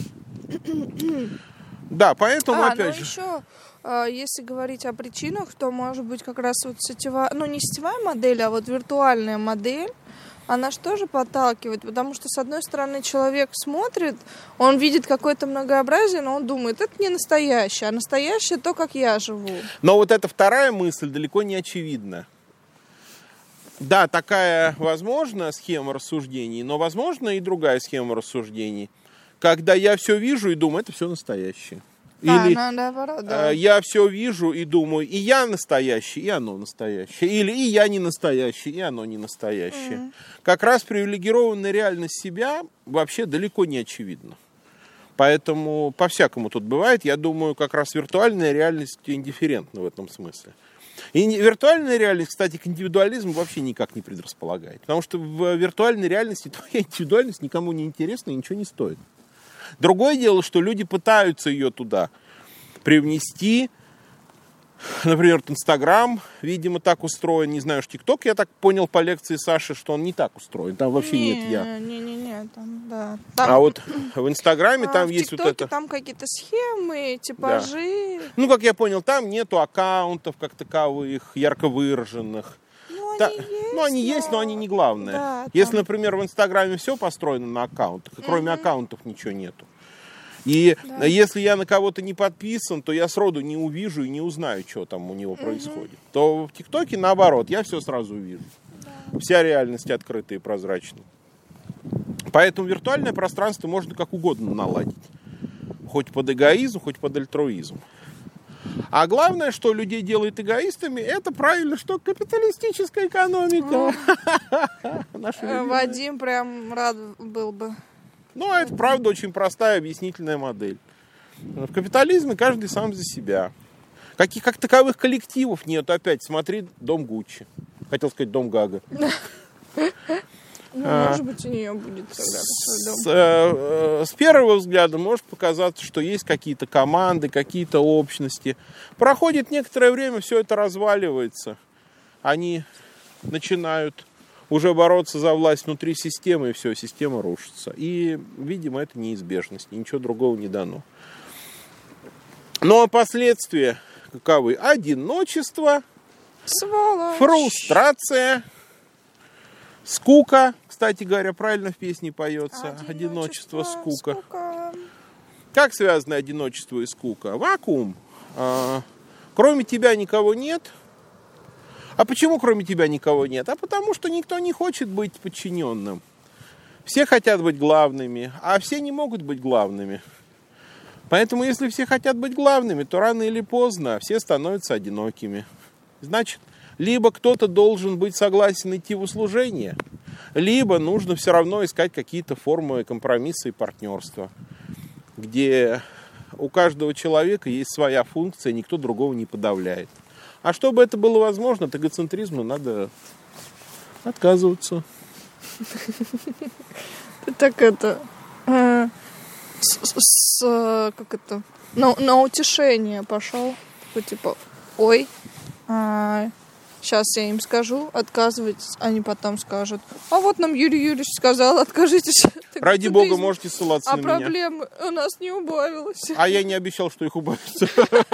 Да, поэтому опять же... еще, если говорить о причинах, то может быть как раз вот сетевая, не сетевая модель, а вот виртуальная модель, она же тоже подталкивает, потому что, с одной стороны, человек смотрит, он видит какое-то многообразие, но он думает, это не настоящее, а настоящее то, как я живу. Но вот эта вторая мысль далеко не очевидна. Да, такая возможна схема рассуждений, но возможна и другая схема рассуждений. Когда я все вижу и думаю, это все настоящее. Или наоборот, да. Я все вижу и думаю, и я настоящий, и оно настоящее. Или и я не настоящий, и оно не настоящее. Как раз привилегированная реальность себя вообще далеко не очевидна. Поэтому по-всякому тут бывает. Я думаю, как раз виртуальная реальность индифферентна в этом смысле. И виртуальная реальность, кстати, к индивидуализму вообще никак не предрасполагает. Потому что в виртуальной реальности твоя индивидуальность никому не интересна и ничего не стоит. Другое дело, что люди пытаются ее туда привнести. Например, Инстаграм, видимо, так устроен. Не знаю, ТикТок, я так понял по лекции Саши, что он не так устроен. Там вообще нет я. Не, там. А вот в Инстаграме там есть ТикТоке, вот это... там какие-то схемы, типажи. Да. Как я понял, там нету аккаунтов как таковых, ярко выраженных. Они есть, но они не главное. Да, если, например, в Инстаграме все построено на аккаунтах, и кроме аккаунтов ничего нету. И если я на кого-то не подписан, то я сроду не увижу и не узнаю, что там у него происходит. То в ТикТоке наоборот, я все сразу вижу. Да. Вся реальность открыта и прозрачна. Поэтому виртуальное пространство можно как угодно наладить. Хоть под эгоизм, хоть под альтруизм. А главное, что людей делает эгоистами, это правильно, что капиталистическая экономика. Вадим прям рад был бы. Это правда очень простая объяснительная модель. В капитализме каждый сам за себя. Как таковых коллективов нет. Опять смотри, дом Гуччи. Хотел сказать, дом Гага. Может быть, у нее будет когда-то свой дом. С первого взгляда может показаться, что есть какие-то команды, какие-то общности. Проходит некоторое время, все это разваливается. Они начинают уже бороться за власть внутри системы, и все, система рушится. И, видимо, это неизбежность, ничего другого не дано. Но последствия каковы? Одиночество, сволочь, фрустрация, скука. Кстати говоря, правильно в песне поется. Одиночество, скука. Как связаны одиночество и скука? Вакуум. Кроме тебя никого нет. А почему кроме тебя никого нет? А потому что никто не хочет быть подчиненным. Все хотят быть главными, а все не могут быть главными. Поэтому если все хотят быть главными, то рано или поздно все становятся одинокими. Значит, либо кто-то должен быть согласен идти в услужение, либо нужно все равно искать какие-то формы компромисса и партнерства, где у каждого человека есть своя функция, никто другого не подавляет. А чтобы это было возможно, от эгоцентризма надо отказываться. Так это... как это... На утешение пошел. Такой, типа, ой, сейчас я им скажу, отказывайтесь. Они потом скажут, а вот нам Юрий Юрьевич сказал, откажитесь. Ради бога, можете ссылаться на меня. А проблем у нас не убавилось. А я не обещал, что их убавится.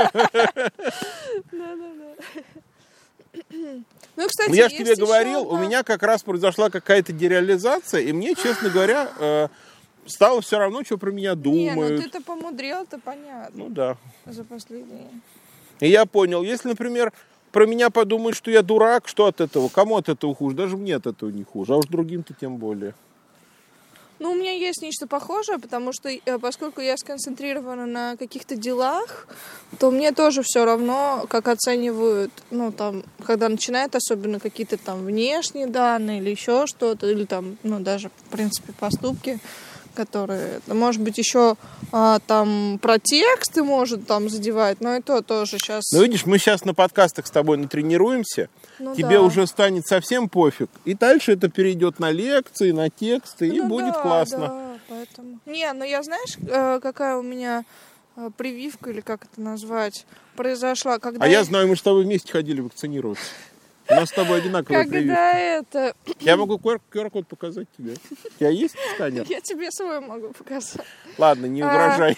Да-да-да. Ну, кстати, я же тебе говорил, у меня как раз произошла какая-то дереализация, и мне, честно говоря, стало все равно, что про меня думают. Не, ну ты-то помудрел, это понятно. Ну да. За последние. И я понял, если, например, про меня подумают, что я дурак, что от этого? Кому от этого хуже? Даже мне от этого не хуже, а уж другим-то тем более. Ну, у меня есть нечто похожее, потому что, поскольку я сконцентрирована на каких-то делах, то мне тоже все равно, как оценивают, ну, там, когда начинают особенно какие-то там внешние данные или еще что-то, или там, ну, даже, в принципе, поступки, которые, может быть, еще там про тексты может там задевать, но это тоже сейчас... Ну, видишь, мы сейчас на подкастах с тобой натренируемся, ну, тебе да. уже станет совсем пофиг, и дальше это перейдет на лекции, на тексты, и будет классно. Да, поэтому... Не, ну я знаешь, какая у меня прививка, или как это назвать, произошла, когда... Я знаю, мы с тобой вместе ходили вакцинироваться. У нас с тобой одинаковая прививка. Когда это... Я могу QR-код показать тебе. У тебя есть сканер? Я тебе свой могу показать. Ладно, не угрожай.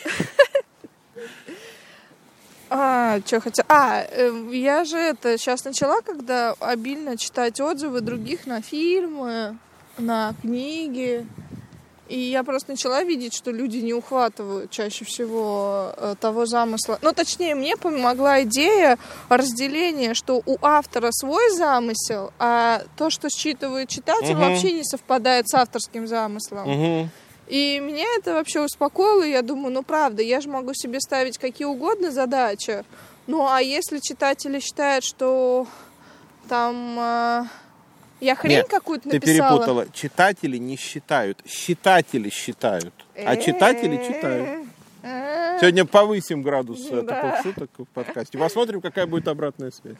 Что хотела? Я же это сейчас начала, когда обильно читать отзывы других на фильмы, на книги. И я просто начала видеть, что люди не ухватывают чаще всего того замысла. Ну, точнее, мне помогла идея разделения, что у автора свой замысел, а то, что считывает читатель, вообще не совпадает с авторским замыслом. И меня это вообще успокоило. Я думаю, ну, правда, я же могу себе ставить какие угодно задачи. Ну, а если читатели считают, что там... Я хрень какую-то написала. Ты перепутала. Читатели не считают. Считатели считают. А читатели читают. Сегодня повысим градус таких шуток в подкасте. Посмотрим, какая будет обратная связь.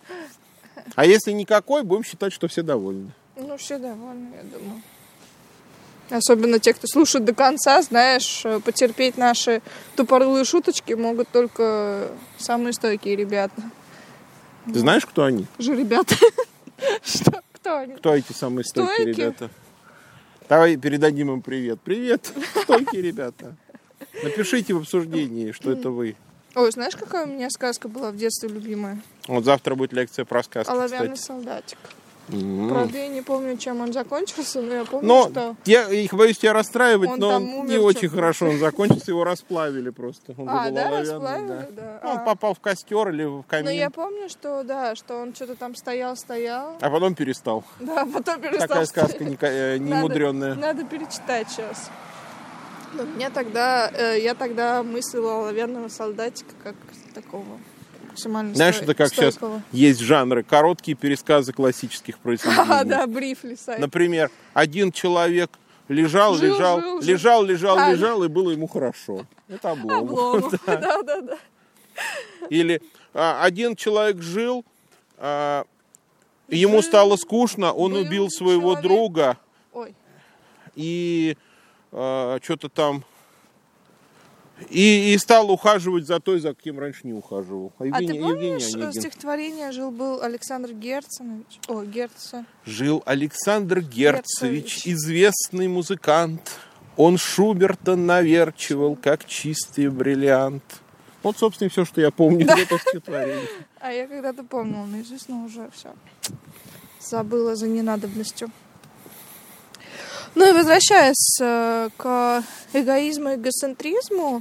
А если никакой, будем считать, что все довольны. Ну, все довольны, я думаю. Особенно те, кто слушает до конца, знаешь, потерпеть наши тупорылые шуточки могут только самые стойкие ребята. Ты знаешь, кто они? Же ребята. Что? Кто они? Кто эти самые стойкие ребята? Давай передадим им привет. Привет, стойкие ребята. Напишите в обсуждении, что это вы. Ой, знаешь, какая у меня сказка была в детстве любимая? Вот завтра будет лекция про сказки, «Оловянный солдатик». Правда, я не помню, чем он закончился, но я помню, что... Я боюсь тебя расстраивать, он но не очень что-то. хорошо он закончился, его расплавили просто. Он был да, оловянный, расплавили, да. Он попал в костер или в камин. Но я помню, что, да, что он что-то там стоял. А потом перестал. Да, потом перестал. Такая сказка не мудренная. Надо перечитать сейчас. Но я тогда мыслила оловянного солдатика как такого максимально Знаешь, это как стойкого. сейчас есть жанры, короткие пересказы классических произведений. Да, брифли сайт. Например, один человек лежал, и было ему хорошо. Это Обломов. Да. Или один человек жил, ему стало скучно, он убил своего друга. Ой. И что-то там... И стал ухаживать за той, за кем раньше не ухаживал. Ты помнишь стихотворение «Жил-был Александр Герценович»? Жил Александр Герцевич, известный музыкант. Он Шуберта наверчивал, как чистый бриллиант. Вот, собственно, все, что я помню из этого стихотворения. А я когда-то помнила наизусть, но уже все забыла за ненадобностью. Ну и возвращаясь к эгоизму и эгоцентризму,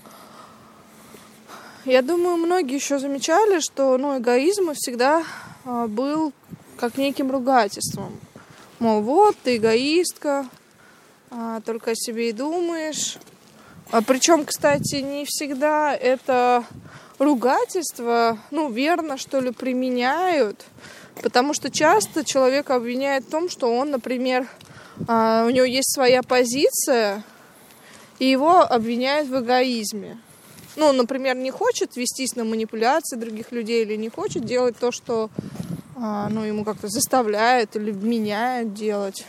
я думаю, многие еще замечали, что эгоизм всегда был как неким ругательством. Мол, вот ты эгоистка, только о себе и думаешь. Причем, кстати, не всегда это ругательство, верно, что ли, применяют, потому что часто человек обвиняет в том, что он, например, у него есть своя позиция, и его обвиняют в эгоизме. ну, например, не хочет вестись на манипуляции других людей или не хочет делать то, что ну, ему как-то заставляют или меняют делать,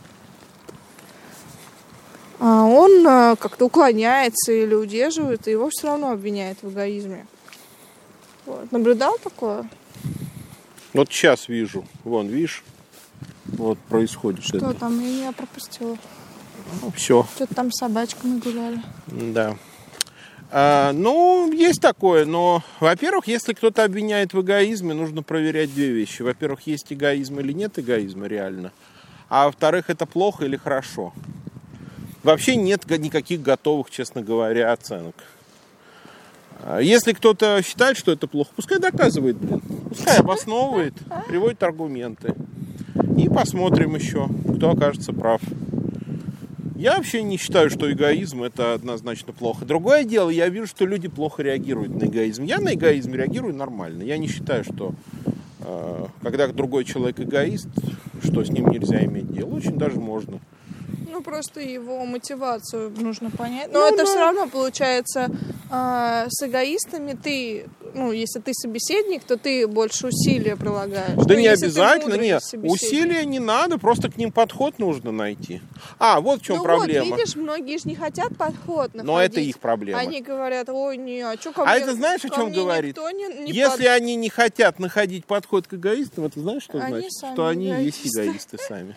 он как-то уклоняется или удерживает, и его все равно обвиняют в эгоизме. Вот. Наблюдал такое? Вот сейчас вижу. Вон, видишь? Вот происходит. Что это. там? Я пропустила. Ну, все. Что-то там с собачками гуляли. Да. Ну, есть такое, но, во-первых, если кто-то обвиняет в эгоизме, нужно проверять две вещи. Во-первых, есть эгоизм или нет эгоизма реально. А во-вторых, это плохо или хорошо. Вообще нет никаких готовых, честно говоря, оценок. Если кто-то считает, что это плохо, пускай доказывает, пускай обосновывает, приводит аргументы. И посмотрим еще, кто окажется прав. Я вообще не считаю, что эгоизм это однозначно плохо. Другое дело, я вижу, что люди плохо реагируют на эгоизм. Я на эгоизм реагирую нормально. Я не считаю, что когда другой человек эгоист, что с ним нельзя иметь дело. Очень даже можно. Ну, просто его мотивацию нужно понять. Но это все равно получается с эгоистами ты, ну, если ты собеседник, то ты больше усилия прилагаешь. Да ну, не обязательно, нет. Усилия не надо, просто к ним подход нужно найти. Вот в чем проблема. Вот, видишь, многие же не хотят подход находить. Но это их проблема. Они говорят, ой, не, а что ко мне? Это знаешь, о чем говорит? Не если они не хотят находить подход к эгоистам, это знаешь, что значит? Что они эгоисты. есть эгоисты сами.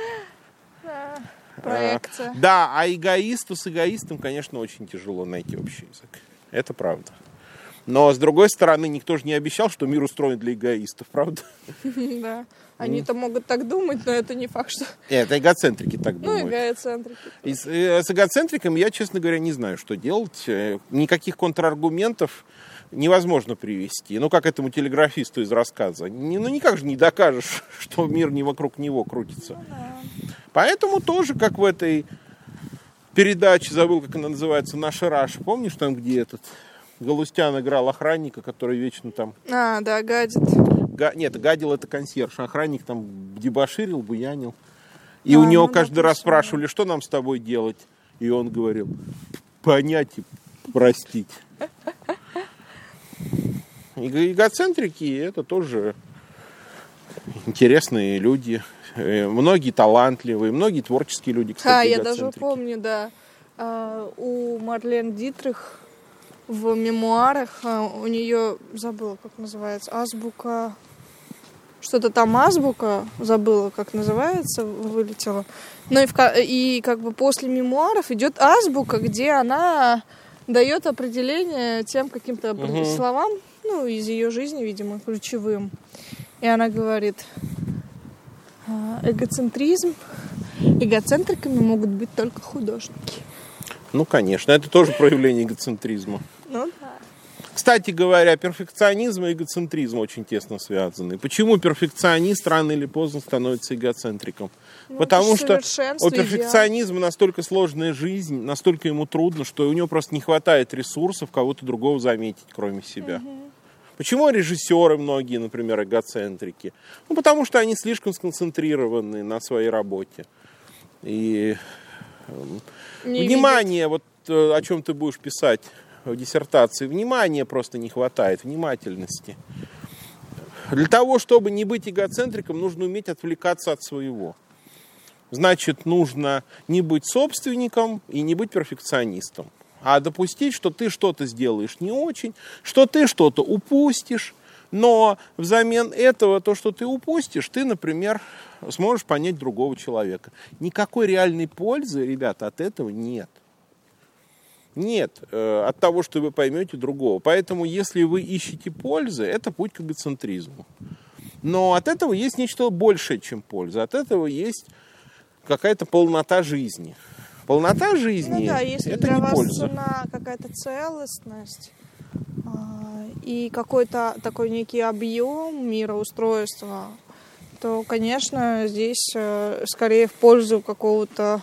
Проекция. Да, а эгоисту с эгоистом, конечно, очень тяжело найти общий язык. Это правда. Но, с другой стороны, никто же не обещал, что мир устроен для эгоистов, правда? Да. Они-то могут так думать, но это не факт, что... Это эгоцентрики так думают. Ну, эгоцентрики. И с эгоцентриками я, честно говоря, не знаю, что делать. Никаких контраргументов невозможно привести. Ну, как этому телеграфисту из рассказа. Ну, никак же не докажешь, что мир не вокруг него крутится. Ну, да. Поэтому тоже, как в этой передаче, забыл, как она называется, «Наша Раша». Помнишь, там, где этот Галустян играл охранника, который вечно там... Да, гадит. Нет, гадил это консьерж. Охранник там дебоширил, буянил. И у него каждый раз спрашивали, что нам с тобой делать. И он говорил, понять и простить. Эгоцентрики — это тоже интересные люди. Многие талантливые, многие творческие люди, кстати, я даже помню, да. У Марлен Дитрих в мемуарах у нее, забыла, как называется, азбука. Что-то там азбука, забыла, как называется, вылетела. Ну и как бы после мемуаров идет азбука, где она дает определение тем каким-то словам, ну, из ее жизни, видимо, ключевым. И она говорит, эгоцентриками могут быть только художники. Ну, конечно, это тоже проявление эгоцентризма. Ну, да. Кстати говоря, перфекционизм и эгоцентризм очень тесно связаны. Почему перфекционист рано или поздно становится эгоцентриком? Потому что у перфекционизма настолько сложная жизнь, настолько ему трудно, что у него просто не хватает ресурсов кого-то другого заметить, кроме себя. Почему режиссеры многие, например, эгоцентрики? Ну, потому что они слишком сконцентрированы на своей работе. И внимание, вот о чем ты будешь писать в диссертации, внимания просто не хватает, внимательности. Для того, чтобы не быть эгоцентриком, нужно уметь отвлекаться от своего. Значит, нужно не быть собственником и не быть перфекционистом, а допустить, что ты что-то сделаешь не очень, что ты что-то упустишь, но взамен этого, то, что ты упустишь, ты, например, сможешь понять другого человека. Никакой реальной пользы, ребята, от этого нет. Нет, от того, что вы поймете другого. Поэтому, если вы ищете пользы, это путь к эгоцентризму. Но от этого есть нечто большее, чем польза. От этого есть какая-то полнота жизни. Полнота жизни, да, если это для не вас польза. Цена какая-то целостность и какой-то такой некий объем мироустройства, то, конечно, здесь скорее в пользу какого-то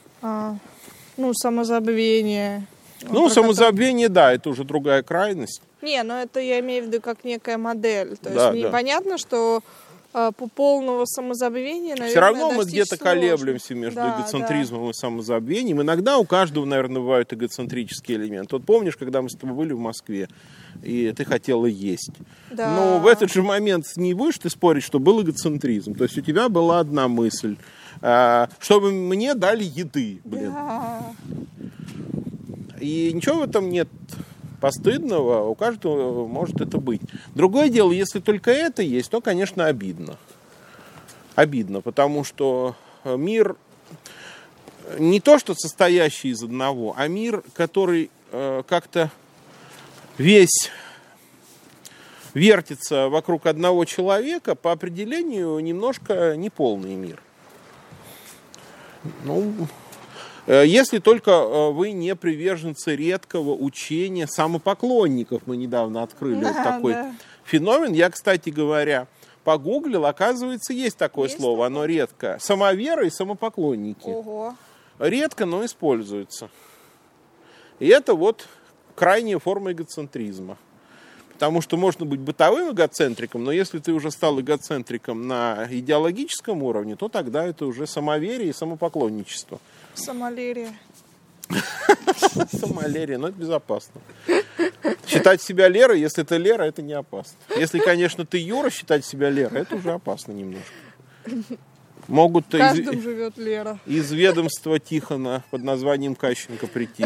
самозабвения. Ну, самозабвение, да, это уже другая крайность. Не, но это я имею в виду как некая модель. То есть понятно, что полного самозабвения, наверное, все равно мы достичь где-то сложно. колеблемся между эгоцентризмом и самозабвением. Иногда у каждого, наверное, бывают эгоцентрические элементы. Вот помнишь, когда мы с тобой были в Москве, и ты хотела есть. Да. Но в этот же момент не будешь ты спорить, что был эгоцентризм. То есть у тебя была одна мысль, чтобы мне дали еды. Блин. Да. И ничего в этом нет постыдного, у каждого может это быть. Другое дело, если только это есть, то, конечно, обидно. Обидно, потому что мир не то, что состоящий из одного, а мир, который как-то весь вертится вокруг одного человека, по определению немножко неполный мир. Ну, если только вы не приверженцы редкого учения самопоклонников. Мы недавно открыли вот такой феномен. Я, кстати говоря, погуглил, оказывается, есть такое слово, оно редко. Самоверы и самопоклонники. Ого. Редко, но используется. И это вот крайняя форма эгоцентризма. Потому что можно быть бытовым эгоцентриком, но если ты уже стал эгоцентриком на идеологическом уровне, то тогда это уже самоверие и самопоклонничество. Самолерия. Самолерия, но это безопасно. Считать себя Лерой, если ты Лера, это не опасно. Если, конечно, ты Юра, считать себя Лерой, это уже опасно немножко. Могут В каждом живет Лера. из ведомства Тихона под названием Кащенко прийти.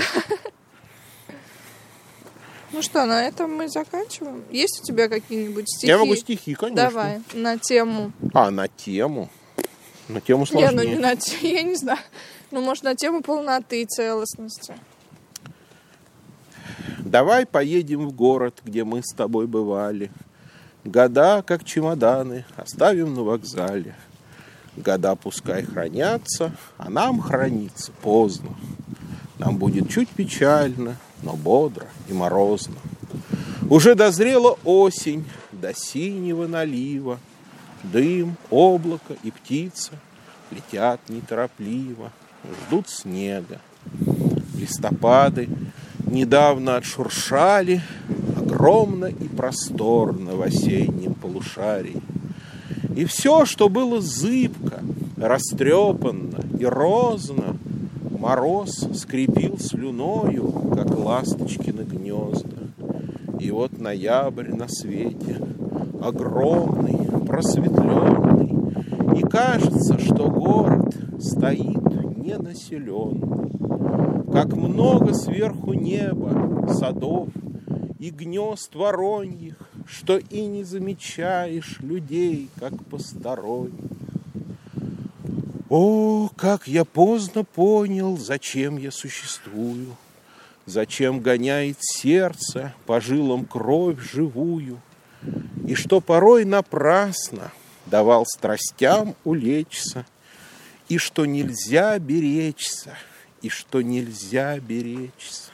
Ну что, на этом мы заканчиваем. Есть у тебя какие-нибудь стихи? Я могу стихи, конечно. Давай, на тему. На тему? На тему сложнее. Не, ну не на тему, я не знаю. Ну, может, на тему полноты и целостности. Давай поедем в город, где мы с тобой бывали. Года, как чемоданы, оставим на вокзале. Года пускай хранятся, а нам храниться поздно. Нам будет чуть печально, но бодро и морозно. Уже дозрела осень до синего налива. Дым, облако и птица летят неторопливо, ждут снега. Листопады недавно отшуршали огромно и просторно в осеннем полушарии. И все, что было зыбко, растрепанно и розно, мороз скрепил слюною, как ласточкины гнезда. И вот ноябрь на свете, огромный, просветленный, и кажется, что город стоит ненаселенный. Как много сверху неба, садов и гнезд вороньих, что и не замечаешь людей, как посторонних. О, как я поздно понял, зачем я существую, зачем гоняет сердце по жилам кровь живую, и что порой напрасно давал страстям улечься, и что нельзя беречься, и что нельзя беречься.